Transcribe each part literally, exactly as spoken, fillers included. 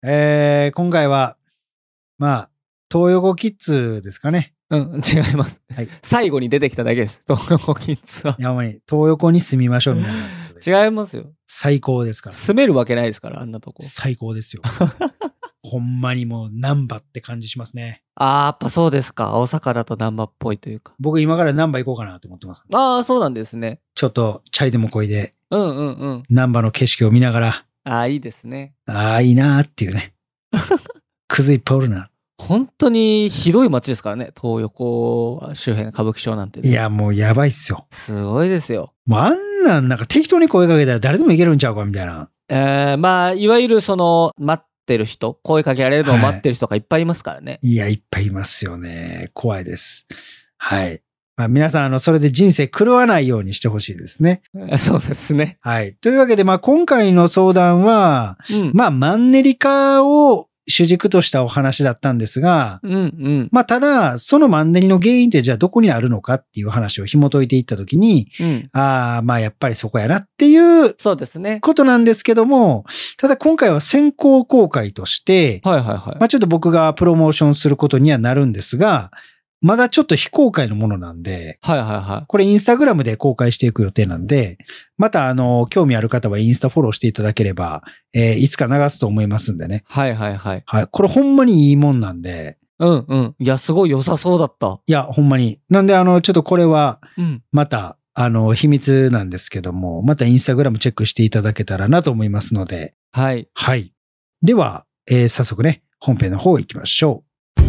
えー、今回は、まあ、東横キッズですかね。 うん、違います。 はい。 最後に出てきただけです。東横キッズは。 いや、ほんまに、東横に住みましょう、皆さん。 違いますよ。 最高ですから。 住めるわけないですから、あんなとこ。 最高ですよ。ほんまにもう、難波って感じしますね。 あー、やっぱそうですか。大阪だと難波っぽいというか。 僕、今から難波行こうかなと思ってます。 あー、そうなんですね。 ちょっと、チャリでもこいで、 うんうんうん。 難波の景色を見ながら、 あー、いいですね。 ああ、いいなーっていうね。クズいっぱいおるな。 本当にひどい街ですからね。東横周辺、歌舞伎町なんてね。 いや、もうやばいっすよ。 すごいですよ。 もうあんなん、なんか適当に声かけたら誰でもいけるんちゃうかみたいな。 えー、まあ、いわゆるその、待ってる人、声かけられるのを待ってる人がいっぱいいますからね。 いや、いっぱいいますよね。怖いです。はい。まあ、皆さん、あの、それで人生狂わないようにしてほしいですね。 そうですね。 はい。というわけで、まあ、今回の相談は、 うん、 まあ、マンネリ化を主軸としたお話だったんですが、 うん、うん。 まあ、ただ、そのマンネリの原因ってじゃあどこにあるのかっていう話を紐解いていったときに、 うん、 ああ、まあ、やっぱりそこやなっていうそうですね。 ことなんですけども、ただ今回は先行公開として、 はいはいはい。 まあ、ちょっと僕がプロモーションすることにはなるんですが、まだちょっと非公開のものなんで、 はいはいはい。 これインスタグラムで公開していく予定なんで、またあの、興味ある方はインスタフォローしていただければ、えーいつか流すと思いますんでね。 はいはいはい。 はい。これほんまにいいもんなんで。 うんうん。いや、すごい良さそうだった。 いや、ほんまに。なんであの、ちょっとこれは、 うん。 また、あの、秘密なんですけども、またインスタグラムチェックしていただけたらなと思いますので。 はい。 はい。では、えー早速ね、本編の方行きましょう。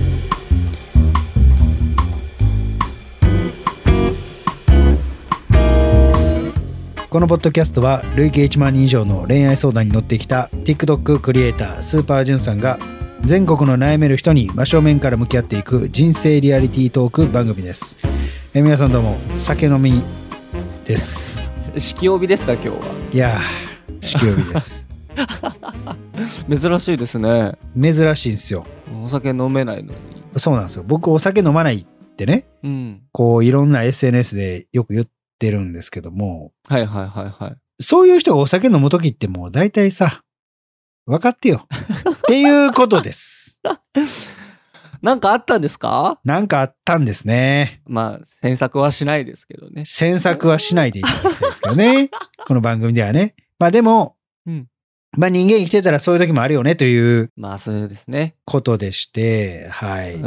このポッドキャストは累計いちまんにん以上の恋愛相談に乗ってきた TikTok クリエイタースーパージュンさんが全国の悩める人に真正面から向き合っていく人生リアリティートーク番組です。え皆さんどうも酒飲みです。 式帯ですか今日は。 いやー式帯です。 珍しいですね。 珍しいんですよ。 お酒飲めないのに。 そうなんですよ。僕お酒飲まないってね、 うん。 こういろんな エスエヌエス でよく言ってるんですけども、 はいはいはいはい。 そういう人がお酒飲むときってもう大体さ、分かってよっていうことです。 なんかあったんですか？ なんかあったんですね。 まあ、詮索はしないですけどね。 詮索はしないでいただきたいですけどね。この番組ではね。まあでも、 うん。 まあ人間生きてたらそういう時もあるよねというまあ、そうですね。 ことでして、はい。 うん。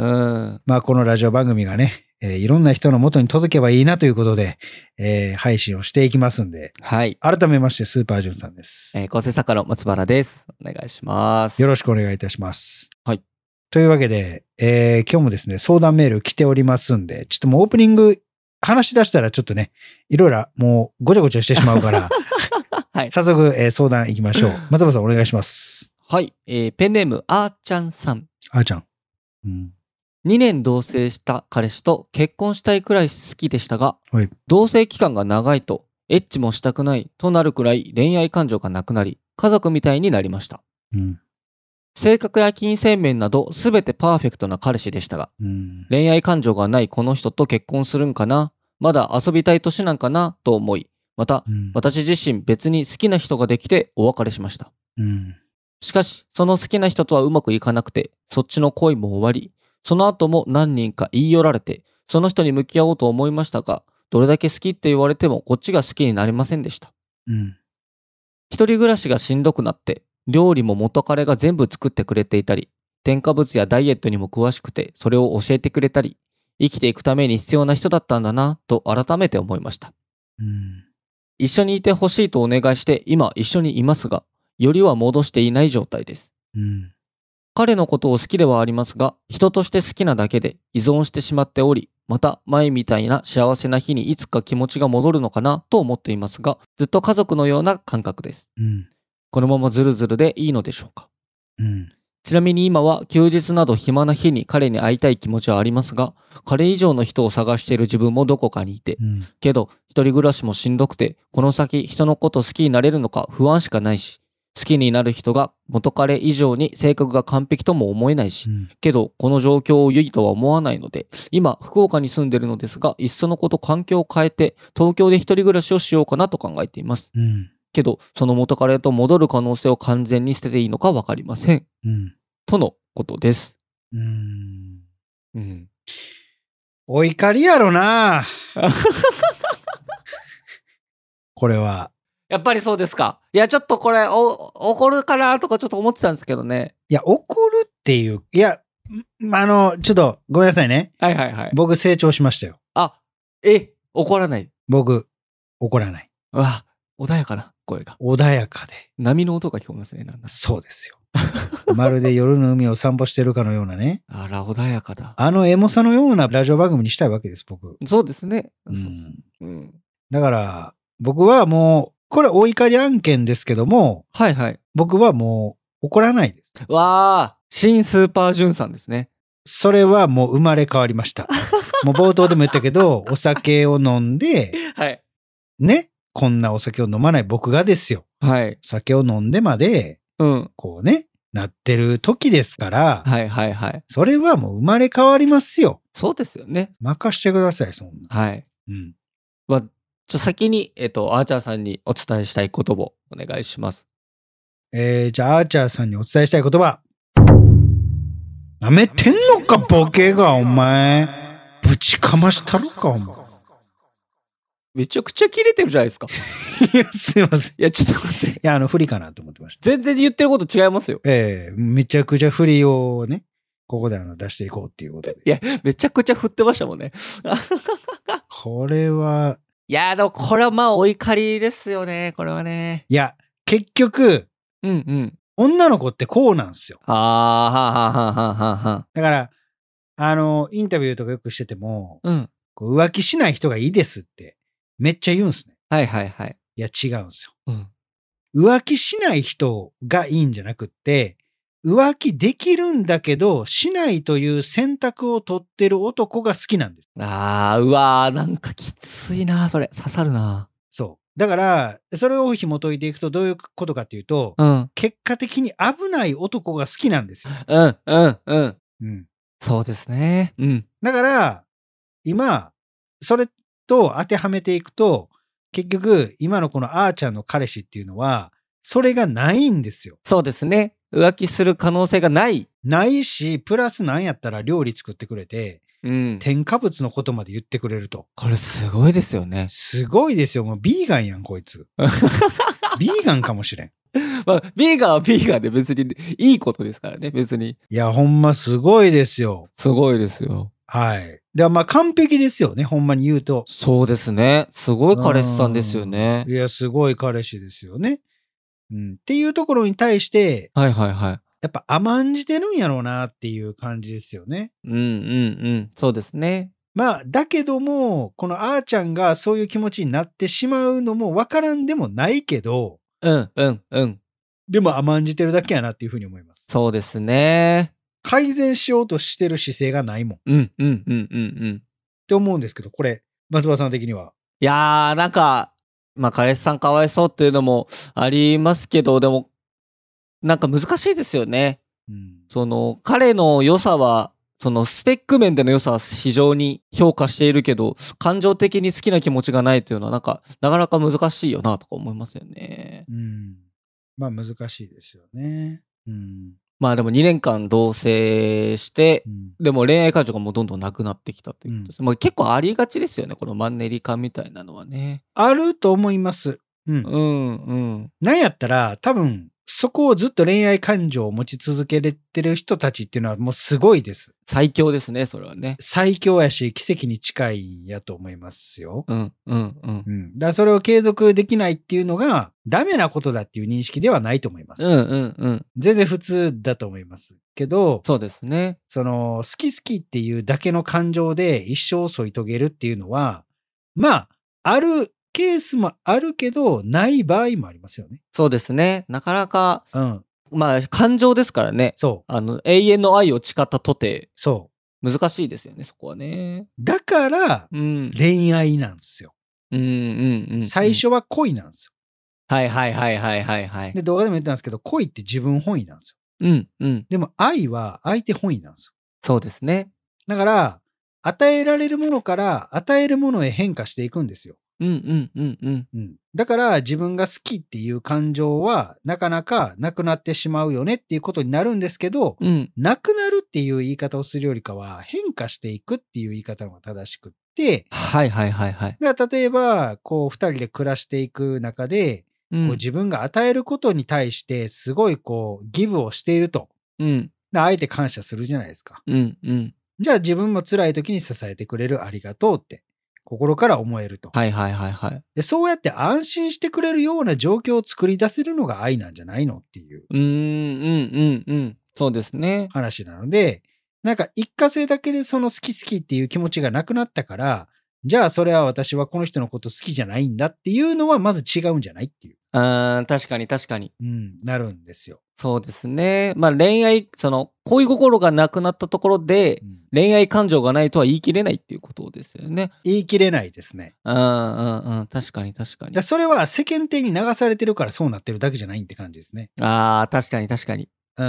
まあこのラジオ番組がね、えーいろんな人の元に届けばいいなということで、えー配信をしていきますんで、 はい。 改めましてスーパージュンさんです。 えー、構成作家の松原です。お願いします。 よろしくお願いいたします。 はい。 というわけで、えー今日もですね、相談メール来ておりますんで、ちょっともうオープニング話し出したらちょっとね、いろいろもうごちゃごちゃしてしまうから、 はい。 早速、えー相談いきましょう。松原さんお願いします。 はい。えーペンネーム、あーちゃんさん。 あーちゃん。うん。 にねん同棲した彼氏と結婚したいくらい好きでしたが、 はい。 同棲期間が長いと、エッチもしたくないとなるくらい恋愛感情がなくなり、家族みたいになりました。 うん。 性格や金銭面など全てパーフェクトな彼氏でしたが、 うん。 恋愛感情がないこの人と結婚するんかな、まだ遊びたい年なんかなと思い、また、 うん。 私自身別に好きな人ができてお別れしました。 うん。 しかし、その好きな人とはうまくいかなくて、そっちの恋も終わり、その後も何人か言い寄られて、その人に向き合おうと思いましたが、どれだけ好きって言われてもこっちが好きになりませんでした。 うん。 一人暮らしがしんどくなって、料理も元彼が全部作ってくれていたり、添加物やダイエットにも詳しくて、それを教えてくれたり、生きていくために必要な人だったんだな、と改めて思いました。 うん。 一緒にいてほしいとお願いして、今一緒にいますが、よりは戻していない状態です。 うん。 彼のことを好きではありますが、人として好きなだけで依存してしまっており、また前みたいな幸せな日にいつか気持ちが戻るのかなと思っていますが、ずっと家族のような感覚です。 うん。 このままズルズルでいいのでしょうか。 うん。 ちなみに今は休日など暇な日に彼に会いたい気持ちはありますが、彼以上の人を探している自分もどこかにいて、 うん。 けど一人暮らしもしんどくて、この先人のこと好きになれるのか不安しかないし、好きになる人が元彼以上に性格が完璧とも思えないし、けどこの状況を良いとは思わないので、今福岡に住んでるのですが、いっそのこと環境を変えて東京で一人暮らしをしようかなと考えています。 うん。 けど、その元彼と戻る可能性を完全に捨てていいのか分かりません。 うん。 とのことです。 うーん。 うん。 お怒りやろな。これは。 やっぱりそうですか。いや、ちょっとこれ、お、怒るかなとかちょっと思ってたんですけどね。 いや、怒るっていう、いや、あの、ちょっとごめんなさいね。 はいはいはい。 僕成長しましたよ。 あ、え、怒らない。 僕、怒らない。 うわ、穏やかな声が。 穏やかで。 波の音が聞こえますね。なんだ。 そうですよ。まるで夜の海を散歩してるかのようなね。 あら、穏やかだ。 あのエモさのようなラジオ番組にしたいわけです、僕。 そうですね。 うんそうそううん、 だから、僕はもう、これお怒り案件ですけども、 はいはい。 僕はもう怒らないです。 わあ、新スーパージュンさんですね。 それはもう生まれ変わりました。もう冒頭でも言ったけど、お酒を飲んで、 はい。 ね、こんなお酒を飲まない僕がですよ。 はい。 酒を飲んでまで、 うん。 こうね、なってる時ですから、 はいはいはい。 それはもう生まれ変わりますよ。 そうですよね。 任してください、そんな。 はい。 うん。 まあ、ちょ先に、えっと、アーチャーさんにお伝えしたい言葉をお願いします。 えー、じゃあ、アーチャーさんにお伝えしたい言葉。なめてんのか、ボケが、お前。ぶちかましたろか、お前。 めちゃくちゃキレてるじゃないですか。 いや、すいません。いや、ちょっと待って。 や、あの、不利かなと思ってました。 全然言ってること違いますよ。 ええー、めちゃくちゃ不利をね、ここであの出していこうっていうことで。 いや、めちゃくちゃ振ってましたもんね。 これは。 いや、でもこれはまあ、お怒りですよね、これはね。 いや、結局、 うんうん。 女の子ってこうなんですよ。 ああ、はあはあはあはあはあ。 だから、あの、インタビューとかよくしてても、 うん。 こう浮気しない人がいいですって、めっちゃ言うんですね。 はいはいはい。 いや、違うんですよ。 うん。 浮気しない人がいいんじゃなくって、浮気できるんだけど、しないという選択を取ってる男が好きなんです。 ああ、うわー、なんかきついな、それ。刺さるな。 そう。だから、それを紐解いていくとどういうことかっていうと、 うん。 結果的に危ない男が好きなんですよ。 うん、うん、うん。 うん。 そうですね。うん。 だから、今、それと当てはめていくと、結局、今のこのあーちゃんの彼氏っていうのは、それがないんですよ。 そうですね。浮気する可能性がない。 ないし、プラスなんやったら料理作ってくれて、 うん。 添加物のことまで言ってくれると。 これすごいですよね。 すごいですよ。もうビーガンやん、こいつ。ビーガンかもしれん。 まあ、ビーガンはビーガンで別にいいことですからね、別に。 いや、ほんますごいですよ。 すごいですよ。 はい。で、まあ完璧ですよね、ほんまに言うと。 そうですね。すごい彼氏さんですよね。 いや、すごい彼氏ですよね。うん。っていうところに対して、 はいはいはい。 やっぱ甘んじてるんやろうなっていう感じですよね。 うんうんうん。そうですね。 まあ、だけども、このあーちゃんがそういう気持ちになってしまうのもわからんでもないけど、 うんうんうん。 でも甘んじてるだけやなっていうふうに思います。 そうですね。 改善しようとしてる姿勢がないもん。っうんうんうんうんうん。 て思うんですけど、これ、松葉さん的には。 いやー、なんか、まあ彼氏さんかわいそうっていうのもありますけど、でも、なんか難しいですよね。 うん、 その、彼の良さは、そのスペック面での良さは非常に評価しているけど、感情的に好きな気持ちがないというのは、なんか、なかなか難しいよなとか思いますよね。 うん。まあ難しいですよね。うん。 まあでもにねんかん同棲して、 うん、 でも恋愛感情がもうどんどんなくなってきたっていうことです。 うん、 まあ結構ありがちですよね、このマンネリ化みたいなのはね。 あると思います。うん。 うんうん。 なんやったら、多分、そこをずっと恋愛感情を持ち続けれてる人たちっていうのはもうすごいです。 最強ですね、それはね。 最強やし、奇跡に近いんやと思いますよ。 うんうんうん。 うん。だからそれを継続できないっていうのが、ダメなことだっていう認識ではないと思います。 うんうんうん。 全然普通だと思いますけど、 そうですね。 その、好き好きっていうだけの感情で一生添い遂げるっていうのは、まあ、あるケースもあるけど、ない場合もありますよね。 そうですね。なかなか、 うん。 まあ感情ですからね。 そう。 あの、永遠の愛を誓ったとて、 そ難しいですよね、そこはね。 う。だから、 うん。 恋愛なんですよ。 うんうんうん、うん。 最初は恋なんですよ。 はいはいはいはいはいはい。 で、動画でも言ったんですけど、恋って自分本位なんですよ。 うんうん。 でも愛は相手本位なんですよ。 そうですね。 だから、与えられるものから与えるものへ変化していくんですよ。 うんうんうんうん。 うん。だから自分が好きっていう感情はなかなかなくなってしまうよねっていうことになるんですけど、 うん。 なくなるっていう言い方をするよりかは変化していくっていう言い方の方が正しくって、 はいはいはいはい。 だから例えば、こう二人で暮らしていく中で、 うん。 こう自分が与えることに対してすごいこうギブをしていると。 うん。 で相手感謝するじゃないですか。 うんうん。 じゃあ自分も辛い時に支えてくれるありがとうって心から思えると。 はいはいはいはい。 でそうやって安心してくれるような状況を作り出せるのが愛なんじゃないのっていううーんうんうんうん。そうですね。 話なので、なんか一過性だけでその好き好きっていう気持ちがなくなったから、じゃあそれは私はこの人のこと好きじゃないんだっていうのはまず違うんじゃないっていう、 あー確かに確かに。 うん、なるんですよ。 そうですね。まあ恋愛、その恋心がなくなったところで、 うん恋愛感情がないとは言い切れないっていうことですよね。 言い切れないですね。 うんうんうん。確かに確かにだ。それは世間体に流されてるからそうなってるだけじゃないって感じですね。 ああ、確かに確かに。 うん。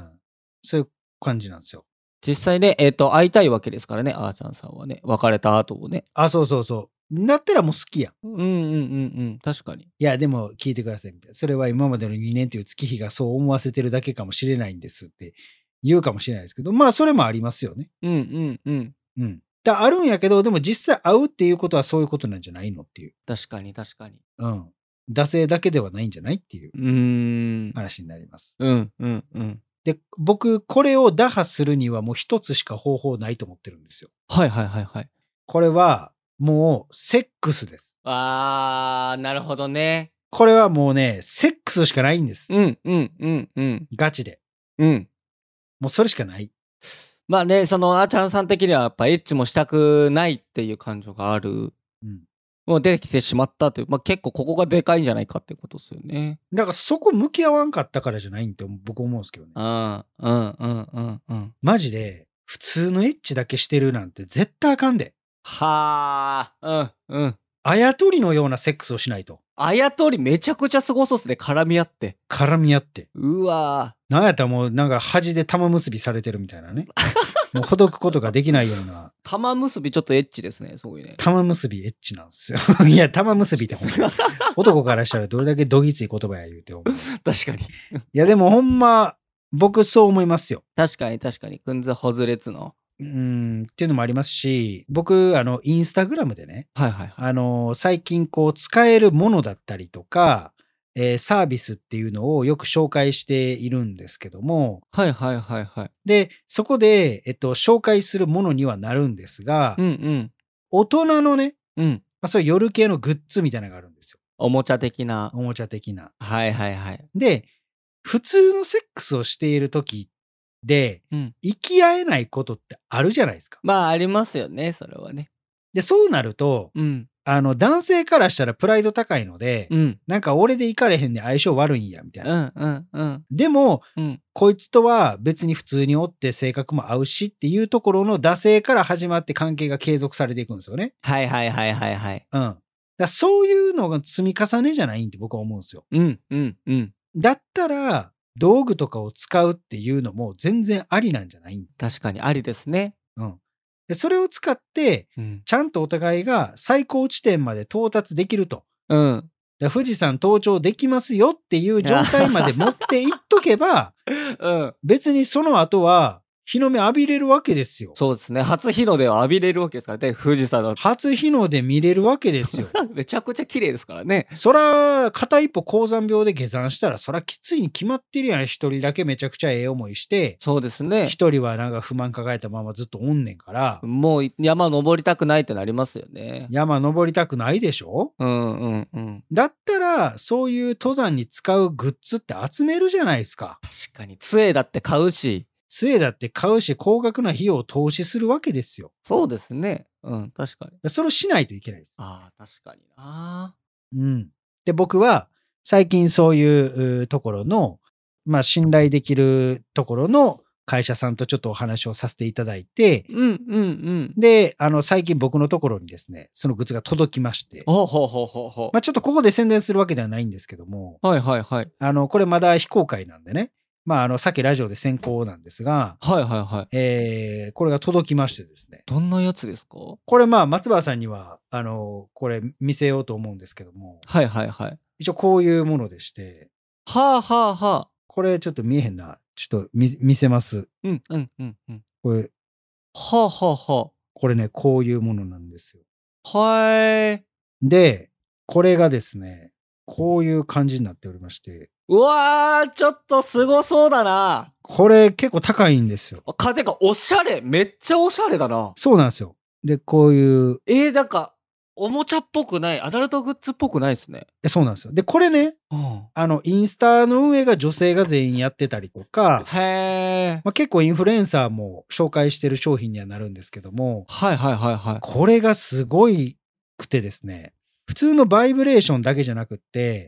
そういう感じなんですよ。 実際ね、えっ、と、会いたいわけですからね、あーちゃんさんはね。別れた後をね。 あ、そうそうそう。だったらもう好きやん。 うんうんうんうん。確かに。 いや、でも聞いてくださいみたいな。それは今までのにねんという月日がそう思わせてるだけかもしれないんですって言うかもしれないですけど、まあそれもありますよね。 うんうんうん。 うん。だあるんやけど、でも実際会うっていうことはそういうことなんじゃないのっていう。 確かに確かに。 うん。惰性だけではないんじゃないっていううーん。 話になります。 うんうんうん。 で、僕、これを打破するにはもう一つしか方法ないと思ってるんですよ。 はいはいはいはい。 これはもうセックスです。 あー、なるほどね。 これはもうね、セックスしかないんです。 うんうんうんうん。 ガチで。 うん。 もうそれしかない。 まあね、そのあーちゃんさん的にはやっぱエッチもしたくないっていう感情がある。 うん。 もう出てきてしまったという、まあ結構ここがでかいんじゃないかってことですよね。 だからそこ向き合わんかったからじゃないんって僕思うんですけどね。 うんうんうんうんうん。 マジで、普通のエッチだけしてるなんて絶対あかんで。 はあ、うんうん。 あやとりのようなセックスをしないと。 あやとりめちゃくちゃすごそうっすね、絡み合って。 絡み合って。 うわなんやったらもうなんか端で玉結びされてるみたいなね。もうほどくことができないような。 玉結びちょっとエッチですね、そういうね。 玉結びエッチなんですよ。いや、玉結びってほんま男からしたらどれだけどぎつい言葉や言うて思う。 確かに。 いや、でもほんま、僕そう思いますよ。 確かに確かに。くんずほずれつの。 うーん、っていうのもありますし、僕、あの、インスタグラムでね、 はいはいはい。 あの、最近こう、使えるものだったりとか、えーサービスっていうのをよく紹介しているんですけども、 はいはいはいはい。 で、そこで、えっと、紹介するものにはなるんですが、 うんうん。 大人のね、 うん。 まあ、そういう夜系のグッズみたいなのがあるんですよ。 おもちゃ的な。 おもちゃ的な。 はいはいはい。 で、普通のセックスをしている時で、 うん。 生き合えないことってあるじゃないですか。 まあありますよね、それはね。 で、そうなると、 うん。 あの、男性からしたらプライド高いので、 うん。 なんか俺で行かれへんで相性悪いんや、みたいうな。 んうんうん。 でも、 うん。 こいつとは別に普通におって性格も合うしっていうところの惰性から始まって関係が継続されていくんですよね。 はいはいはいはいはい。 うん。だからそういうのが積み重ねじゃないんって僕は思うんですよ。 うんうんうん。 だったら、道具とかを使うっていうのも全然ありなんじゃないん。 確かにありですね。 うん。で、それを使って、 うん。 ちゃんとお互いが最高地点まで到達できると。 うん。 で富士山登頂できますよっていう状態まで持っていっとけば、 うん。 別にその後は日の目浴びれるわけですよ。 そうですね。初日の出を浴びれるわけですからね、富士山の。 初日の出見れるわけですよ。 めちゃくちゃ綺麗ですからね。 そら、片一歩高山病で下山したら、そらきついに決まってるやん。一人だけめちゃくちゃええ思いして、 そうですね。 一人はなんか不満抱えたままずっとおんねんから、 もう山登りたくないってなりますよね。 山登りたくないでしょ？ うんうんうん。 だったら、そういう登山に使うグッズって集めるじゃないですか。 確かに。杖だって買うし。 杖だって買うし、高額な費用を投資するわけですよ。 そうですね。うん、確かに。 それをしないといけないです。 ああ、確かにな。 うん。で、僕は、最近そういううところの、まあ、信頼できるところの会社さんとちょっとお話をさせていただいて、 うんうんうん。 で、あの、最近僕のところにですね、そのグッズが届きまして、 ほうほうほうほうほう。 まあ、ちょっとここで宣伝するわけではないんですけども、 はいはいはい。 あの、これまだ非公開なんでね、 まあ、あの、さっきラジオで先行なんですが、 はいはいはい。 えーこれが届きましてですね。 どんなやつですか？ これまあ、松原さんには、あの、これ見せようと思うんですけども、 はいはいはい。 一応こういうものでして、 はあはあはあ。 これちょっと見えへんな。ちょっと見見せます。 うんうんうんうん。 これ、 はあはあはこれね、こういうものなんですよ。 あ。はーい。 で、これがですね、こういう感じになっておりまして、 うわー、ちょっとすごそうだな。 これ結構高いんですよ。 あか、てか、おしゃれ。めっちゃおしゃれだな。 そうなんですよ。で、こういう、 えー、なんか、おもちゃっぽくない、アダルトグッズっぽくないですね。 えそうなんですよ。で、これね、 うん。 あの、インスタの運営が女性が全員やってたりとか、 へー。 まあ、結構インフルエンサーも紹介してる商品にはなるんですけども、 はいはいはいはい。 これがすごいくてですね、普通のバイブレーションだけじゃなくって、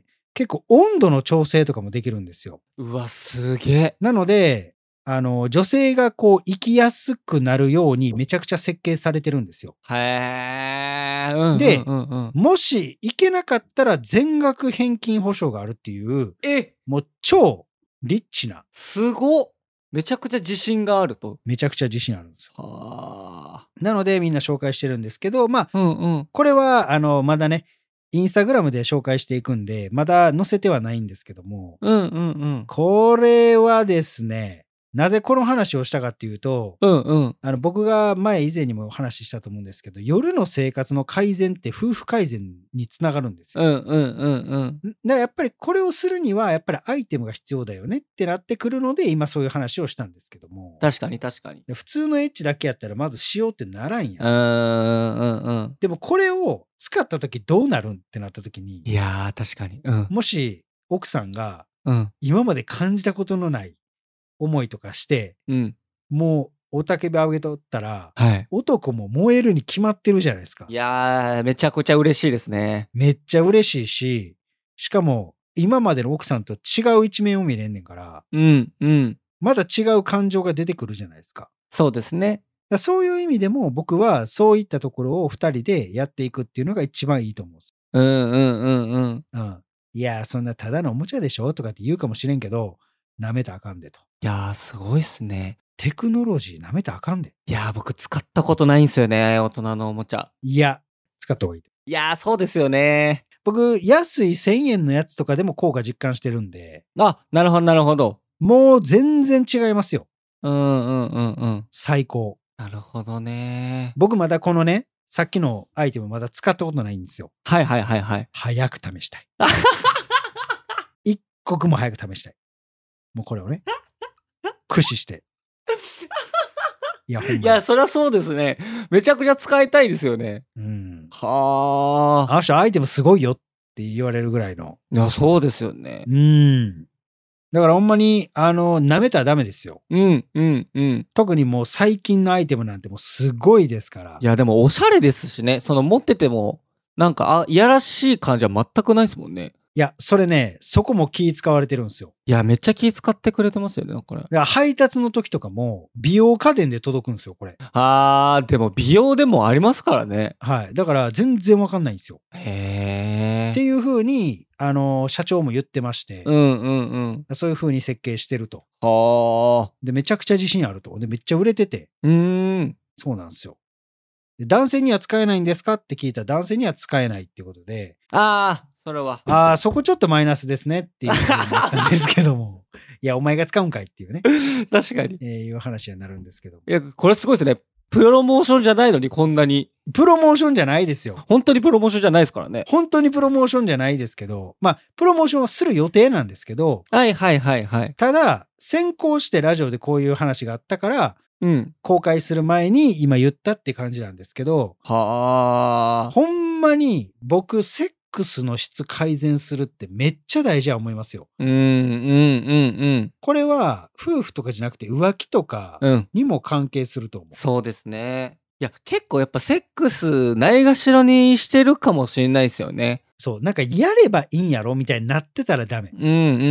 結構温度の調整とかもできるんですよ。 うわ、すげえ。 なので、あの、女性がこう生きやすくなるようにめちゃくちゃ設計されてるんですよ。 へー。うんでうんうんうん。 もし行けなかったら全額返金保証があるっていう、 え、 もう超リッチな、 すごっ。めちゃくちゃ自信があると。 めちゃくちゃ自信あるんですよ。 はなのでみんな紹介してるんですけど、まあ、 あ。うんうん。 これは、あの、まだね、インスタグラムで紹介していくんで、まだ載せてはないんですけども、 うんうんうん。 これはですね、なぜこの話をしたかっていうと、 うんうん。 あの、僕が前以前にもお話ししたと思うんですけど、夜の生活の改善って夫婦改善につながるんですよ。 うんうんうんうん。 んだやっぱりこれをするには、やっぱりアイテムが必要だよねってなってくるので、今そういう話をしたんですけども、 確かに確かに。 で普通のエッチだけやったらまずしようってならんうやん。 ーんうんうん。 でもこれを使った時どうなるんってなった時に、 いやー、確かに。うん。 もし奥さんがうん。 今まで感じたことのない思いとかして、 うん。 もうおたけびあげとったら、 はい。 男も燃えるに決まってるじゃないですかい。やー、めちゃくちゃ嬉しいですね。 めっちゃ嬉しいし、しかも今までの奥さんと違う一面を見れんねんから、 うんうん。 まだ違う感情が出てくるじゃないですか。 そうですね。 だそういう意味でも僕はそういったところを二人でやっていくっていうのが一番いいと思うんです。 うんうんうんうん。 うん。いや、そんなただのおもちゃでしょとかって言うかもしれんけど、舐めたらあかんでと。 いやー、すごいっすね。 テクノロジー舐めたらあかんで。 いやー、僕使ったことないんすよね、大人のおもちゃ。 いや、使った方がいい。 いやー、そうですよね。 僕、安いせんえんのやつとかでも効果実感してるんで、 あ、なるほどなるほど。 もう全然違いますよ。 うんうんうんうん。 最高。 なるほどね。 僕まだこのね、さっきのアイテムまだ使ったことないんですよ。 はいはいはいはい。 早く試したい。一刻も早く試したい。もうこれをね、駆使して。いや、ほんまに。 いや、そりゃそうですね。めちゃくちゃ使いたいですよね。 うん。 はあ。 あの人アイテムすごいよって言われるぐらいの。 いや、そうですよね。 うん。だからほんまに、あの、舐めたらダメですよ。 うんうんうん。 特にもう最近のアイテムなんてもうすごいですから。 いや、でもおしゃれですしね。その持ってても、なんか、あ、いやらしい感じは全くないですもんね。 いや、それね、そこも気使われてるんですよ。 いや、めっちゃ気使ってくれてますよね、これ。 だから配達の時とかも、美容家電で届くんですよ、これ。 あー、でも美容でもありますからね。 はい。だから全然わかんないんですよ。 へー。 っていう風に、あの、社長も言ってまして、 うんうんうん。 そういう風に設計してると。 はで、めちゃくちゃ自信あると。で、めっちゃ売れてて、 ー。うーん。 そうなんですよ。で男性には使えないんですかって聞いたら男性には使えないっていうことで、 あー、それは。 ああ、そこちょっとマイナスですねっていう風になったんですけども、いや、お前が使うんかいっていうね、 確かに。 えーいう話になるんですけども。 いや、これすごいですね。プロモーションじゃないのにこんなに。 プロモーションじゃないですよ。 本当にプロモーションじゃないですからね。 本当にプロモーションじゃないですけど、まあ、プロモーションはする予定なんですけど、 はいはいはいはい。 ただ、先行してラジオでこういう話があったから、 うん。 公開する前に今言ったって感じなんですけど、 はー。 ほんまに僕、セックスの質改善するってめっちゃ大事や思いますよ。 うんうんうんこれは夫婦とかじゃなくて浮気とかうん。うん。 にも関係すると思う。 そうですね。いや、結構やっぱセックスないがしろにしてるかもしれないですよね。 そう、なんかやればいいんやろみたいになってたらダメ。 うんうんうんうん。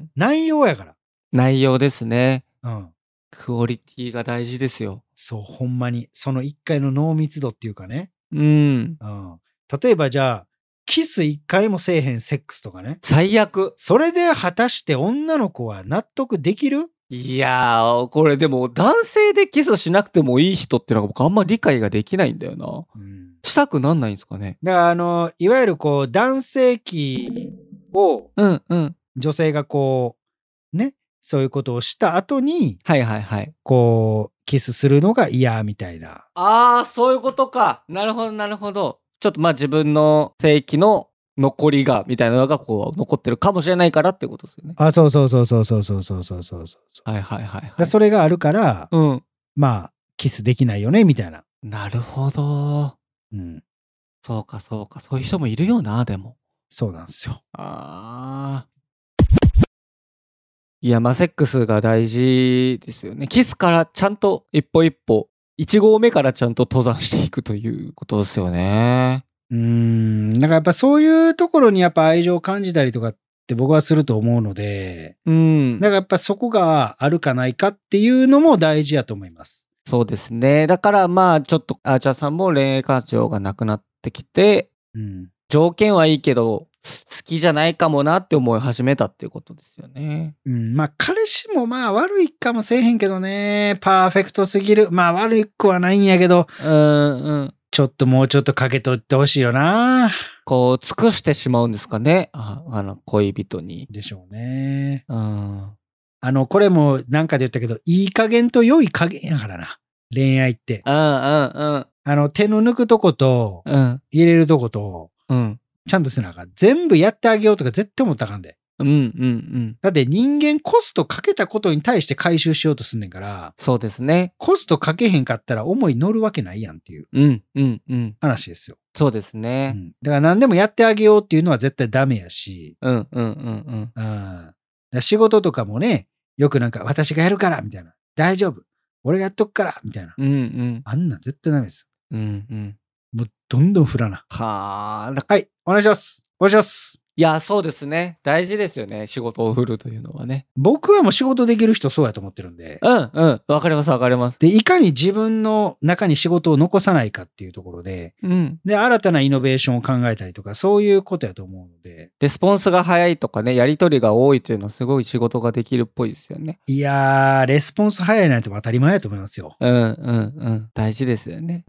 内容やから。 内容ですね。 うん。 クオリティが大事ですよ。 そう、ほんまに。その一回の濃密度っていうかね。 うん。 うん。例えばじゃあ、 キス一回もせえへんセックスとかね。 最悪。 それで果たして女の子は納得できる？ いやー、これでも男性でキスしなくてもいい人っていうのが僕あんまり理解ができないんだよな。うん、したくなんないんですかね。 だからあの、いわゆるこう、男性器を、 うんうん。 女性がこう、ね、そういうことをした後に、 はいはいはい。 こう、キスするのが嫌みたいな。 ああ、そういうことか。なるほどなるほど。ちょっとまあ自分の性器の残りがみたいなのがこう残ってるかもしれないからってことですよね。 あ、そうそうそうそうそうそうそうそうそうそう。 はいはいはい、はい。 だそれがあるから、 うん、 まあキスできないよねみたいな。 なるほど。うん。そうかそうか、そういう人もいるよな、でも。 そうなんですよ。 ああ。いや、まあセックスが大事ですよね。キスからちゃんと一歩一歩、一合目からちゃんと登山していくということですよね。 うーん、だからやっぱそういうところにやっぱ愛情を感じたりとかって僕はすると思うので、うん。だからやっぱそこがあるかないかっていうのも大事やと思います。 そうですね。だからまあちょっとアーチャーさんも恋愛感情がなくなってきて、うん、条件はいいけど好きじゃないかもなって思い始めたっていうことですよね。 うん、まあ彼氏もまあ悪いかもせえへんけどね、パーフェクトすぎる。まあ悪くはないんやけど、うんうん。ちょっともうちょっとかけとってほしいよな。 こう尽くしてしまうんですかね、ああの恋人に。 でしょうね。うん。あのこれもなんかで言ったけど、いい加減と良い加減やからな。恋愛って。うんうんうん。あの手の抜くとこと、うん、入れるとこと、うん、ちゃんとせなあかん。全部やってあげようとか絶対思ったらあかんで。うんうんうん。だって人間コストかけたことに対して回収しようとすんねんから。 そうですね。 コストかけへんかったら思い乗るわけないやんっていう。うんうんうん。話ですよ。 そうですね。 うん、だから何でもやってあげようっていうのは絶対ダメやし。うんうんうんうん。うん。仕事とかもね、よくなんか私がやるからみたいな。大丈夫。俺がやっとくからみたいな。うんうん。あんなん絶対ダメです。うんうん。もうどんどん振らな。はあ。はい。お願いします。お願いします。 いや、そうですね。大事ですよね。仕事を振るというのはね。 僕はもう仕事できる人そうやと思ってるんで。 うんうん。わかりますわかります。 で、いかに自分の中に仕事を残さないかっていうところで、うん。で、新たなイノベーションを考えたりとか、そういうことやと思うので。 レスポンスが早いとかね、やりとりが多いというのはすごい仕事ができるっぽいですよね。 いやー、レスポンス早いなんて当たり前やと思いますよ。 うんうんうん。大事ですよね。 うん。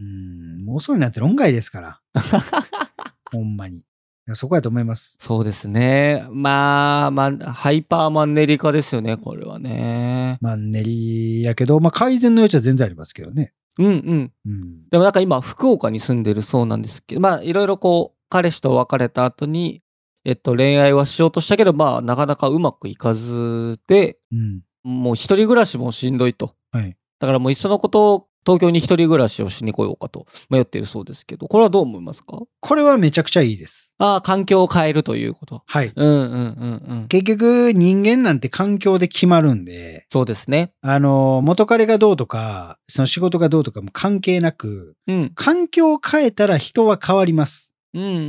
もう遅いなんて論外ですから。ほんまに。そこやと思います。 そうですね。まあ、まあ、ハイパーマンネリ化ですよね、これはね。 マンネリやけど、まあ改善の余地は全然ありますけどね。 うんうん。うん、でもなんか今、福岡に住んでるそうなんですけど、まあいろいろこう、彼氏と別れた後に、えっと、恋愛はしようとしたけど、まあなかなかうまくいかずで、うん、もう一人暮らしもしんどいと。はい。だからもういっそのことを東京に一人暮らしをしに来ようかと迷っているそうですけど、これはどう思いますか？ これはめちゃくちゃいいです。 ああ、環境を変えるということ。はい。うんうんうんうん。 結局人間なんて環境で決まるんで。 そうですね。 あの、元彼がどうとか、その仕事がどうとかも関係なく、うん、環境を変えたら人は変わります。うんうんうんうん。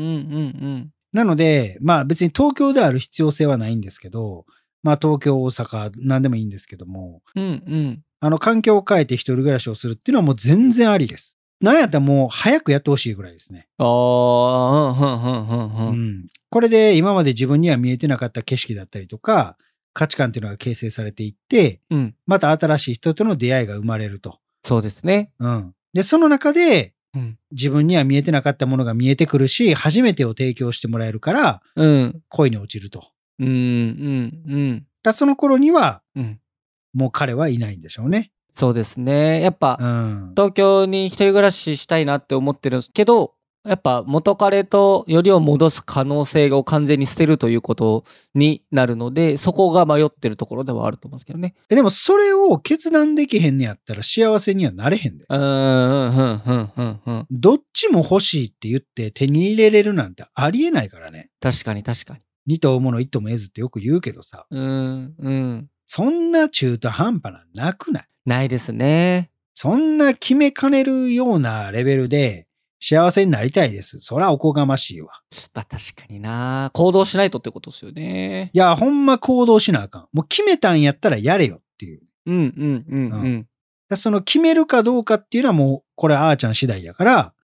なので、まあ別に東京である必要性はないんですけど、まあ東京、大阪、なんでもいいんですけども。うんうん。あの、環境を変えて一人暮らしをするっていうのはもう全然ありです。なんやったらもう早くやってほしいぐらいですね。ああ、うん、うん、うん、うん。これで今まで自分には見えてなかった景色だったりとか、価値観っていうのが形成されていって、うん、また新しい人との出会いが生まれると。 そうですね。 うん。で、その中で、うん、自分には見えてなかったものが見えてくるし、初めてを提供してもらえるから、うん、恋に落ちると。うん、うん、うん。だその頃には、うん、もう彼はいないんでしょうね。 そうですね。やっぱ、うん、東京に一人暮らししたいなって思ってるんですけど、やっぱ元彼とよりを戻す可能性を完全に捨てるということになるので、そこが迷ってるところではあると思うんですけどね。 え、でもそれを決断できへんねやったら幸せにはなれへんで。うん、うん、うん、うん、うん。どっちも欲しいって言って手に入れれるなんてありえないからね。 確かに確かに。 二頭もの一頭も得ずってよく言うけどさ。うん、うん。そんな中途半端ななくない？ ないですね。 そんな決めかねるようなレベルで幸せになりたいです。そらおこがましいわ。 まあ確かにな。行動しないとってことですよね。 いや、ほんま行動しなあかん。もう決めたんやったらやれよっていう。うんうんうんうん。うん、その決めるかどうかっていうのはもうこれあーちゃん次第やから、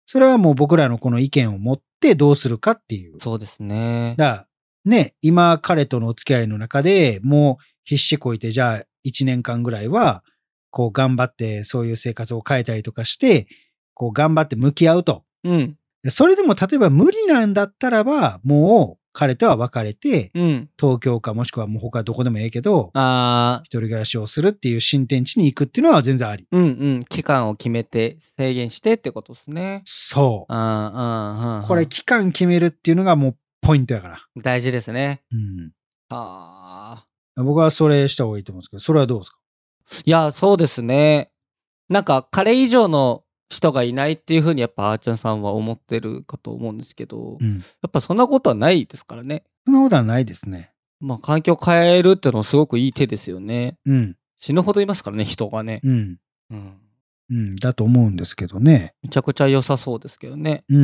それはもう僕らのこの意見を持ってどうするかっていう。 そうですね。 だからね、今彼とのお付き合いの中でもう必死こいて、じゃあいちねんかんぐらいは、こう頑張ってそういう生活を変えたりとかして、こう頑張って向き合うと。 うん。 それでも例えば無理なんだったらば、もう彼とは別れて、 うん。 東京かもしくはもう他どこでもええけど、 ああ。 一人暮らしをするっていう新天地に行くっていうのは全然あり。 うんうん。期間を決めて制限してってことですね。 そう。 うんうんうん。 これ期間決めるっていうのがもうポイントやから。 大事ですね。 うん。 ああ。僕はそれした方がいいと思うんですけど、それはどうですか？ いや、そうですね。なんか彼以上の人がいないっていうふうにやっぱあーちゃんさんは思ってるかと思うんですけど、 うん。 やっぱそんなことはないですからね。 そんなことはないですね。 まあ環境変えるっていうのはすごくいい手ですよね。 うん。 死ぬほどいますからね、人がね。 うん。 うん。 うん。だと思うんですけどね。 めちゃくちゃ良さそうですけどね。 うん。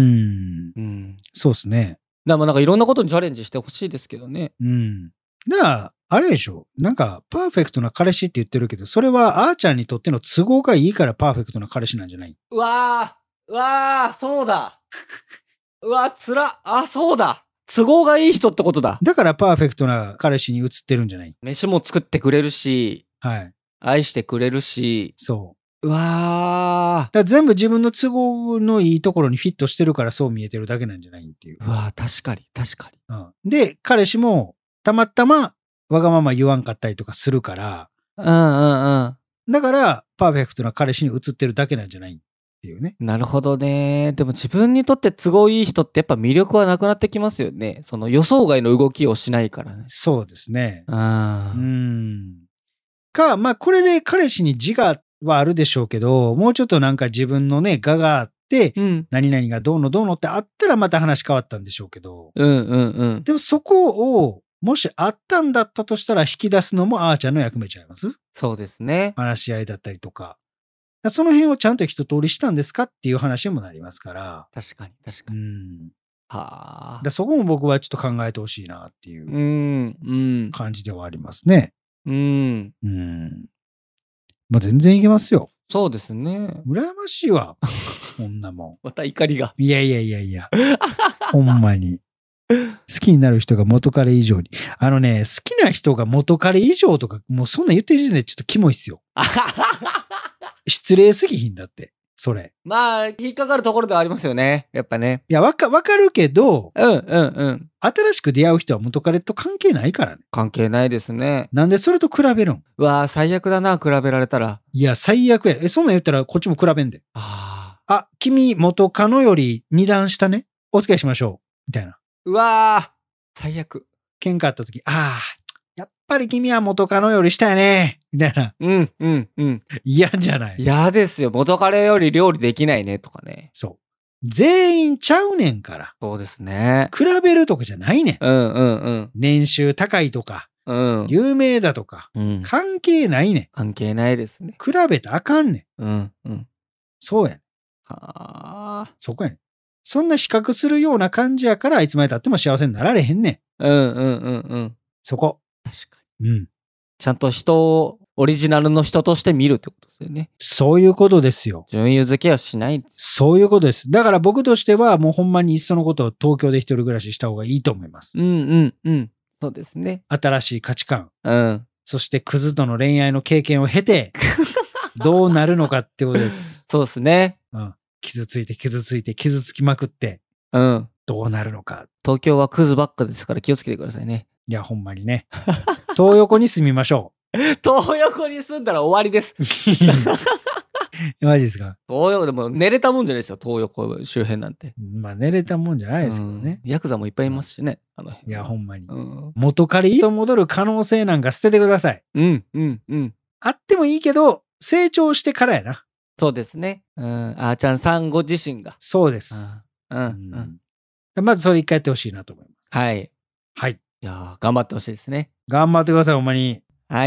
うん。 そうですね。 でもなんかいろんなことにチャレンジしてほしいですけどね。 うん。だから、あれでしょ、なんか、パーフェクトな彼氏って言ってるけど、それはあーちゃんにとっての都合がいいからパーフェクトな彼氏なんじゃない？ うわー、うわー、そうだ。うわー、つら、あ、そうだ。都合がいい人ってことだ。 だからパーフェクトな彼氏に移ってるんじゃない？ 飯も作ってくれるし、 はい。 愛してくれるし、 そう。 うわだから全部自分の都合のいいところにフィットしてるからそう見えてるだけなんじゃないっていう。 ー、うわー、確かに、確かに。 うん。で、彼氏もたまたまわがまま言わんかったりとかするから、 うんうんうん。 だからパーフェクトな彼氏に移ってるだけなんじゃないっていうね。 なるほどね。でも自分にとって都合いい人ってやっぱ魅力はなくなってきますよね。その予想外の動きをしないからね。 そうですね。 あうーん。か、まあこれで彼氏に自我はあるでしょうけど、もうちょっとなんか自分のね、我があって、 うん。 何々がどうのどうのってあったらまた話変わったんでしょうけど、 うんうんうん。 でもそこを、もしあったんだったとしたら引き出すのもあーちゃんの役目ちゃいます？ そうですね。 話し合いだったりとか。その辺をちゃんと一通りしたんですかっていう話にもなりますから。 確かに、確かうに。 ん。 はあ。 だそこも僕はちょっと考えてほしいなっていううん、うん、 感じではありますね。 うん。 うん。まあ全然いけますよ。 そうですね。 羨ましいわ。こんなもまた怒りが。 ん。いやいやいやいや。ほんまに。好きになる人が元彼以上に。あのね、好きな人が元彼以上とか、もうそんなん言ってる時点でちょっとキモいっすよ。失礼すぎひんだって、それ。 まあ、引っかかるところではありますよね。やっぱね。 いや、わか、わかるけど、 うんうんうん。 新しく出会う人は元彼と関係ないからね。 関係ないですね。 なんでそれと比べるん？ うわー、最悪だな、比べられたら。 いや、最悪や。え、そんなん言ったらこっちも比べんで。 ああ、君元カノより二段下ね。お付き合いしましょう。みたいな。 ー。うわー、最悪。 喧嘩あった時、ああ、やっぱり君は元カノより下やね。みたいな。 うんうんうん。 嫌じゃない。 嫌ですよ。元彼より料理できないねとかね。 そう。全員ちゃうねんから。 そうですね。 比べるとかじゃないねん。 うんうんうん。 年収高いとか、 うん。 有名だとか、 うん、 関係ないねん。 関係ないですね。 比べたらあかんねん。 うんうん。 そうやねん。 はあ。 そこやねん。そんな比較するような感じやから、いつまで経っても幸せになられへんねん。 うんうんうんうん。 そこ。 確かに。 うん。 ちゃんと人をオリジナルの人として見るってことですよね。 そういうことですよ。 順位付けはしないんです。 そういうことです。だから僕としてはもうほんまにいっそのことを東京で一人暮らしした方がいいと思います。 うんうんうん。そうですね。 新しい価値観。 うん。 そしてクズとの恋愛の経験を経て、どうなるのかってことです。 そうですね。 うん。傷ついて傷ついて傷つきまくって、 うん。 どうなるのか。 東京はクズばっかですから気をつけてくださいね。 いや、ほんまにね。東横に住みましょう。 東横に住んだら終わりです。 マジですか？ 東横でも寝れたもんじゃないですよ。東横周辺なんて。 まあ寝れたもんじゃないですけどね。 うん、ヤクザもいっぱいいますしね。あのいや、ほんまに。 うん、 元彼と戻る可能性なんか捨ててください。 うんうんうん。 あってもいいけど、成長してからやな。 そうですね。うん。あーちゃんさんご自身が。 そうです。 うんうん、 うん。まずそれ一回やってほしいなと思います。 はい。 はい。 いや頑張ってほしいですね。 頑張ってください、ほんまに。 はい。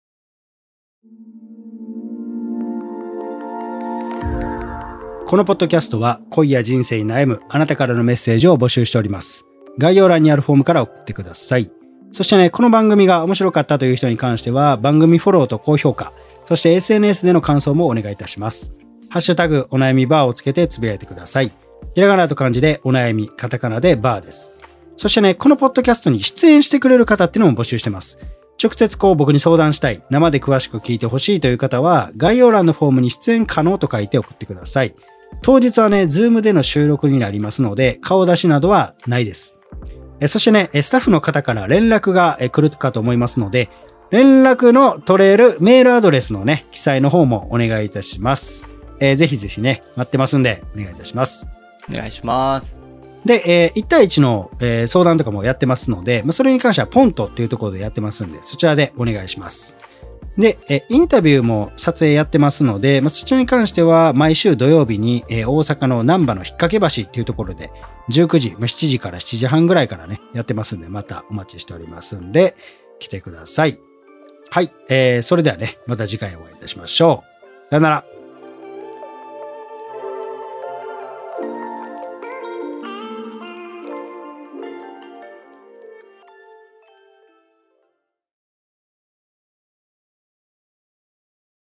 このポッドキャストは恋や人生に悩むあなたからのメッセージを募集しております。概要欄にあるフォームから送ってください。そしてね、この番組が面白かったという人に関しては番組フォローと高評価、そして エスエヌエス での感想もお願いいたします。 ハッシュタグお悩みバーをつけてつぶやいてください。ひらがなと漢字でお悩み、カタカナでバーです。そしてね、このポッドキャストに出演してくれる方っていうのも募集してます。直接こう僕に相談したい、生で詳しく聞いてほしいという方は、概要欄のフォームに出演可能と書いて送ってください。当日はね、ズームでの収録になりますので、顔出しなどはないです。えそしてね、スタッフの方から連絡が来るかと思いますので、連絡の取れるメールアドレスのね、記載の方もお願いいたします。えー、ぜひぜひね、待ってますんで、お願いいたします。 お願いします。 で、えー、いち対いちの、えー、相談とかもやってますので、まあ、それに関してはポントっていうところでやってますんで、そちらでお願いします。で、えー、インタビューも撮影やってますので、まあ、そちらに関しては毎週土曜日に、えー、大阪の難波の引っ掛け橋っていうところで、じゅうくじ、まあ、しちじからしちじはんぐらいからね、やってますんで、またお待ちしておりますんで、来てください。はい、えー、それではね、また次回お会いいたしましょう。さよなら。